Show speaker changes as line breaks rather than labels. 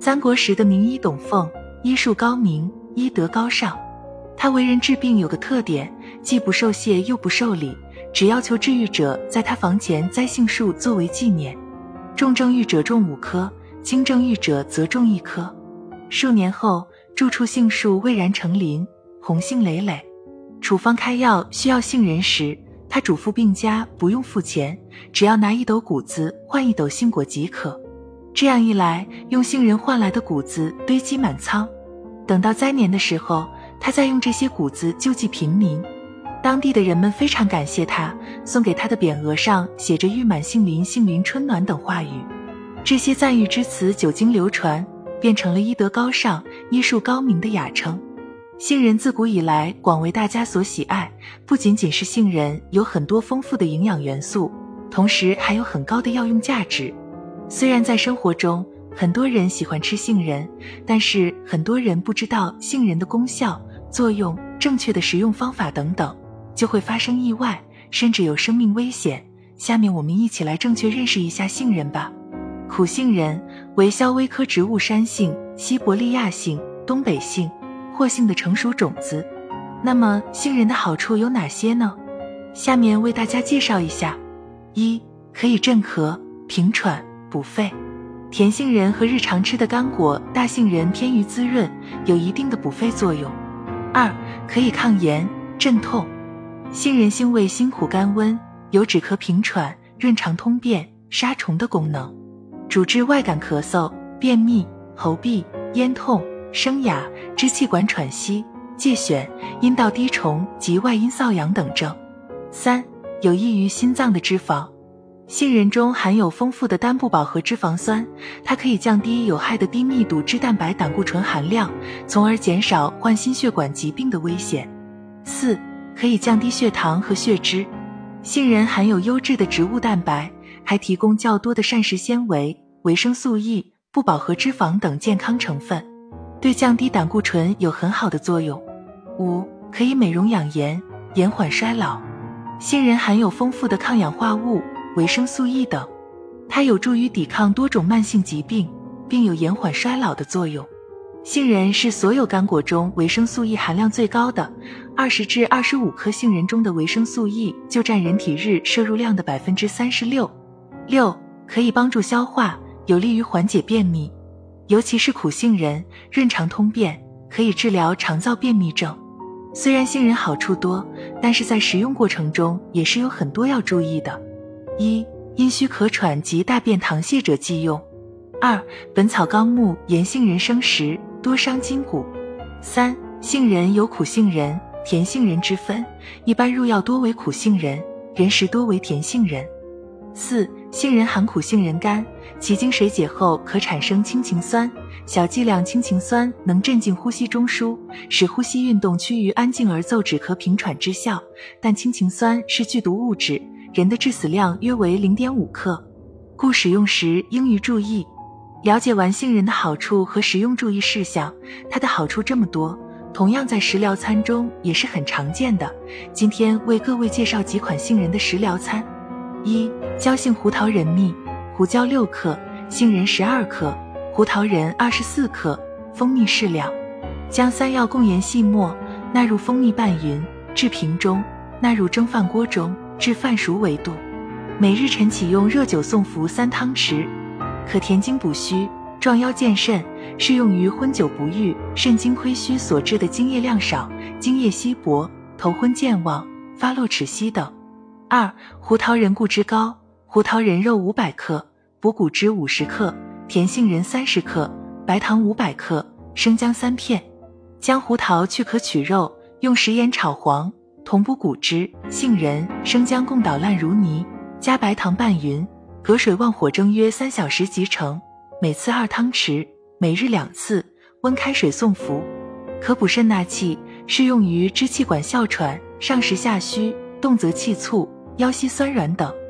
三国时的名医董奉，医术高明，医德高尚。他为人治病有个特点，既不受谢又不受礼，只要求治愈者在他房前栽杏树作为纪念。重症愈者种5棵，轻症愈者则种1棵。数年后，住处杏树蔚然成林，红杏累累。处方开药需要杏仁时，他嘱咐病家不用付钱，只要拿1斗谷子换1斗杏果即可。这样一来，用杏仁换来的谷子堆积满仓，等到灾年的时候，他再用这些谷子救济贫民。当地的人们非常感谢他，送给他的匾额上写着玉满杏林，杏林春暖等话语。这些赞誉之词久经流传，变成了医德高尚、医术高明的雅称。杏仁自古以来广为大家所喜爱，不仅仅是杏仁有很多丰富的营养元素，同时还有很高的药用价值。虽然在生活中很多人喜欢吃杏仁，但是很多人不知道杏仁的功效、作用、正确的食用方法等等，就会发生意外，甚至有生命危险。下面我们一起来正确认识一下杏仁吧。苦杏仁为肖薇科植物山杏、西伯利亚杏、东北杏、霍杏的成熟种子。那么杏仁的好处有哪些呢？下面为大家介绍一下。1. 可以镇咳、平喘、补肺。甜杏仁和日常吃的干果大杏仁偏于滋润，有一定的补肺作用。2. 可以抗炎、镇痛。杏仁性味辛苦甘温，有止咳平喘、润肠通便、杀虫的功能，主治外感咳嗽、便秘、喉痹、咽痛、声哑、支气管喘息、疥癣、阴道滴虫及外阴瘙痒等症。3. 有益于心脏的脂肪。杏仁中含有丰富的单不饱和脂肪酸，它可以降低有害的低密度脂蛋白胆固醇含量，从而减少患心血管疾病的危险。4. 可以降低血糖和血脂。杏仁含有优质的植物蛋白，还提供较多的膳食纤维、维生素 E、不饱和脂肪等健康成分，对降低胆固醇有很好的作用。5. 可以美容养颜，延缓衰老。杏仁含有丰富的抗氧化物、维生素 E 等，它有助于抵抗多种慢性疾病，并有延缓衰老的作用。杏仁是所有干果中维生素 E 含量最高的，20至25颗杏仁中的维生素 E 就占人体日摄入量的 36%。6. 可以帮助消化，有利于缓解便秘，尤其是苦杏仁，润肠通便，可以治疗肠燥便秘症。虽然杏仁好处多，但是在食用过程中也是有很多要注意的。1. 阴虚咳喘及大便溏泻者忌用。2. 本草纲目言杏仁生食，多伤筋骨。3. 杏仁有苦杏仁、甜杏仁之分，一般入药多为苦杏仁，人食多为甜杏仁。4. 杏仁含苦杏仁苷，其经水解后可产生氢氰酸，小剂量氢氰酸能镇静呼吸中枢，使呼吸运动趋于安静而奏止咳平喘之效，但氢氰酸是剧毒物质，人的致死量约为 0.5 克，故使用时应予注意。了解完杏仁的好处和食用注意事项，它的好处这么多，同样在食疗餐中也是很常见的。今天为各位介绍几款杏仁的食疗餐。1. 椒杏胡桃仁蜜，胡椒6克，杏仁12克，胡桃仁24克，蜂蜜适量。将3药共研细末，纳入蜂蜜拌匀，至瓶中，纳入蒸饭锅中，至饭熟为度。每日晨起用热酒送服3汤匙，可填精补虚，壮腰健肾，适用于昏久不愈、肾精亏虚所致的精液量少、精液稀薄、头昏健忘、发落齿稀等。2. 胡桃仁固脂膏，胡桃仁肉500克，补骨脂50克，甜杏仁30克，白糖500克，生姜3片。将胡桃去壳取肉，用食盐炒黄，同补骨脂、杏仁、生姜共捣烂如泥，加白糖拌匀，隔水旺火蒸约3小时即成，每次2汤匙，每日2次，温开水送服。可补肾纳气，适用于支气管哮喘、上实下虚、动则气促、腰膝酸软等。